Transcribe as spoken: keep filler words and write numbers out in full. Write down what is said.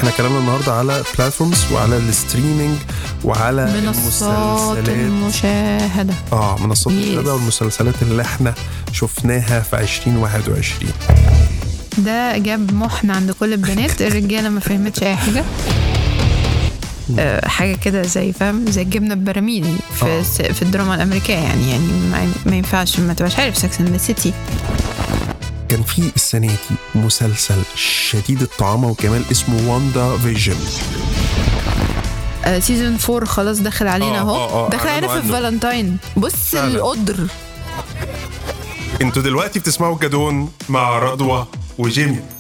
احنا كلامنا النهارده على بلاتفورمز وعلى الستريمينج وعلى منصات المشاهدة اه منصات المشاهدة والمسلسلات اللي احنا شفناها في عشرين واحد وعشرين. ده جاب محن عند كل البنات. الرجالة ما فهمتش اي حاجة. أه حاجة كده زي فاهم زي الجبنة البراميلي في آه. في الدراما الأمريكية يعني يعني ما, ما ينفعش ما تبقاش عارف سكس اند ذا سيتي. كان في السنة دي مسلسل شديد الطعامة والجمال اسمه واندا فيجن. آه سيزون فور خلاص دخل علينا اهو آه آه دخل علينا في الفالنتاين. بص القدر. انتوا دلوقتي بتسمعوا الجدون مع رضوى وجيمي.